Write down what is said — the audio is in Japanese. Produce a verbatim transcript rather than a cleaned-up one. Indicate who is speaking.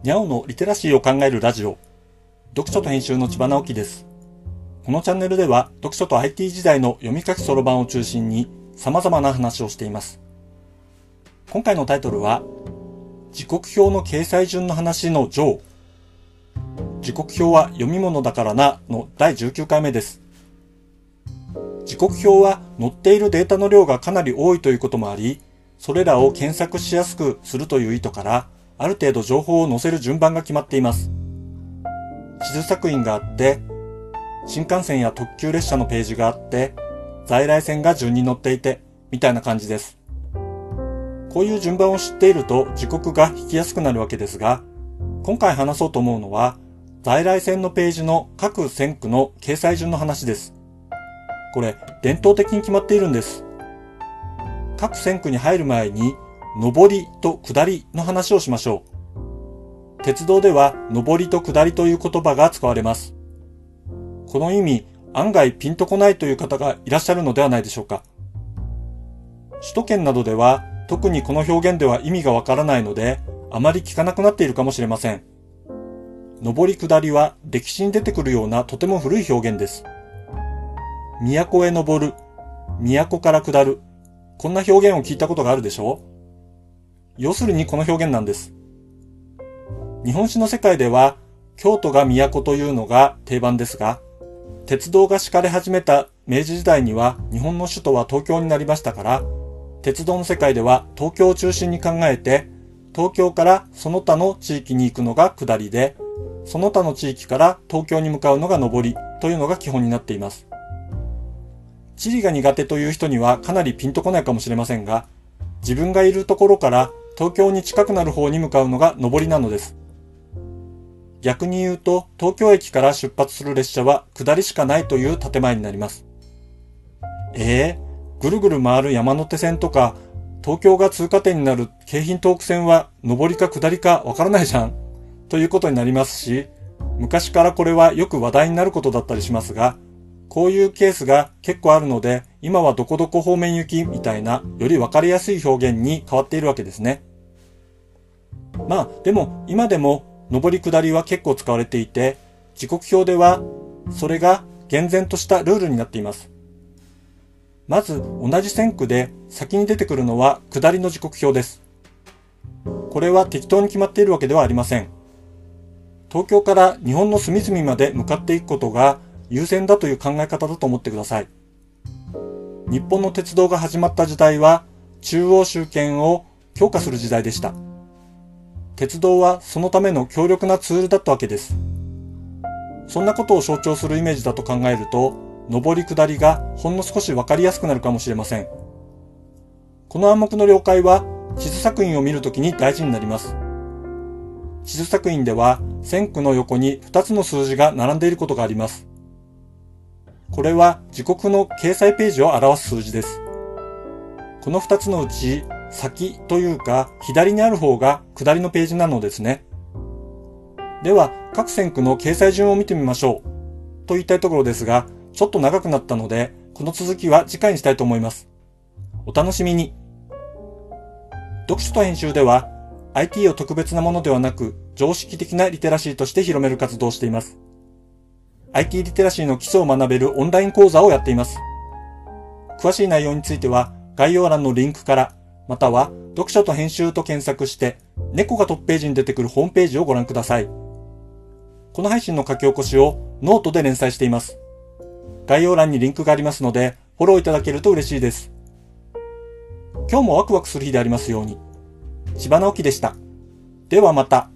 Speaker 1: にゃおのリテラシーを考えるラジオ、読書と編集の千葉直樹です。このチャンネルでは読書と アイティー 時代の読み書きそろばんを中心に様々な話をしています。今回のタイトルは、時刻表の掲載順の話の上。時刻表は読み物だからなのだいじゅうきゅうかいめです。時刻表は載っているデータの量がかなり多いということもあり、それらを検索しやすくするという意図から、ある程度情報を載せる順番が決まっています。地図作品があって、新幹線や特急列車のページがあって、在来線が順に載っていて、みたいな感じです。こういう順番を知っていると時刻が引きやすくなるわけですが、今回話そうと思うのは、在来線のページの各線区の掲載順の話です。これ、伝統的に決まっているんです。各線区に入る前に、上りと下りの話をしましょう。鉄道では、上りと下りという言葉が使われます。この意味、案外ピンとこないという方がいらっしゃるのではないでしょうか。首都圏などでは、特にこの表現では意味がわからないので、あまり聞かなくなっているかもしれません。上り下りは歴史に出てくるようなとても古い表現です。都へ登る、都から下る。こんな表現を聞いたことがあるでしょう？要するにこの表現なんです。日本史の世界では、京都が都というのが定番ですが、鉄道が敷かれ始めた明治時代には日本の首都は東京になりましたから、鉄道の世界では東京を中心に考えて、東京からその他の地域に行くのが下りで、その他の地域から東京に向かうのが上りというのが基本になっています。地理が苦手という人にはかなりピンとこないかもしれませんが、自分がいるところから東京に近くなる方に向かうのが上りなのです。逆に言うと、東京駅から出発する列車は下りしかないという建前になります。えー、ぐるぐる回る山手線とか、東京が通過点になる京浜東北線は上りか下りかわからないじゃんということになりますし、昔からこれはよく話題になることだったりしますが、こういうケースが結構あるので、今はどこどこ方面行きみたいな、よりわかりやすい表現に変わっているわけですね。まあ、でも今でも上り下りは結構使われていて、時刻表ではそれが厳然としたルールになっています。まず同じ線区で先に出てくるのは下りの時刻表です。これは適当に決まっているわけではありません。東京から日本の隅々まで向かっていくことが優先だという考え方だと思ってください。日本の鉄道が始まった時代は中央集権を強化する時代でした。鉄道はそのための強力なツールだったわけです。そんなことを象徴するイメージだと考えると、上り下りがほんの少しわかりやすくなるかもしれません。この暗黙の了解は地図作品を見るときに大事になります。地図作品では線区の横にふたつの数字が並んでいることがあります。これは時刻の掲載ページを表す数字です。このふたつのうち先というか左にある方が下りのページなのですね。では各線区の掲載順を見てみましょうと言いたいところですが、ちょっと長くなったのでこの続きは次回にしたいと思います。お楽しみに。読書と編集では アイティー を特別なものではなく常識的なリテラシーとして広める活動をしています。アイティー リテラシーの基礎を学べるオンライン講座をやっています。詳しい内容については概要欄のリンクから、または読書と編集と検索して、猫がトップページに出てくるホームページをご覧ください。この配信の書き起こしをノートで連載しています。概要欄にリンクがありますので、フォローいただけると嬉しいです。今日もワクワクする日でありますように。千葉直樹でした。ではまた。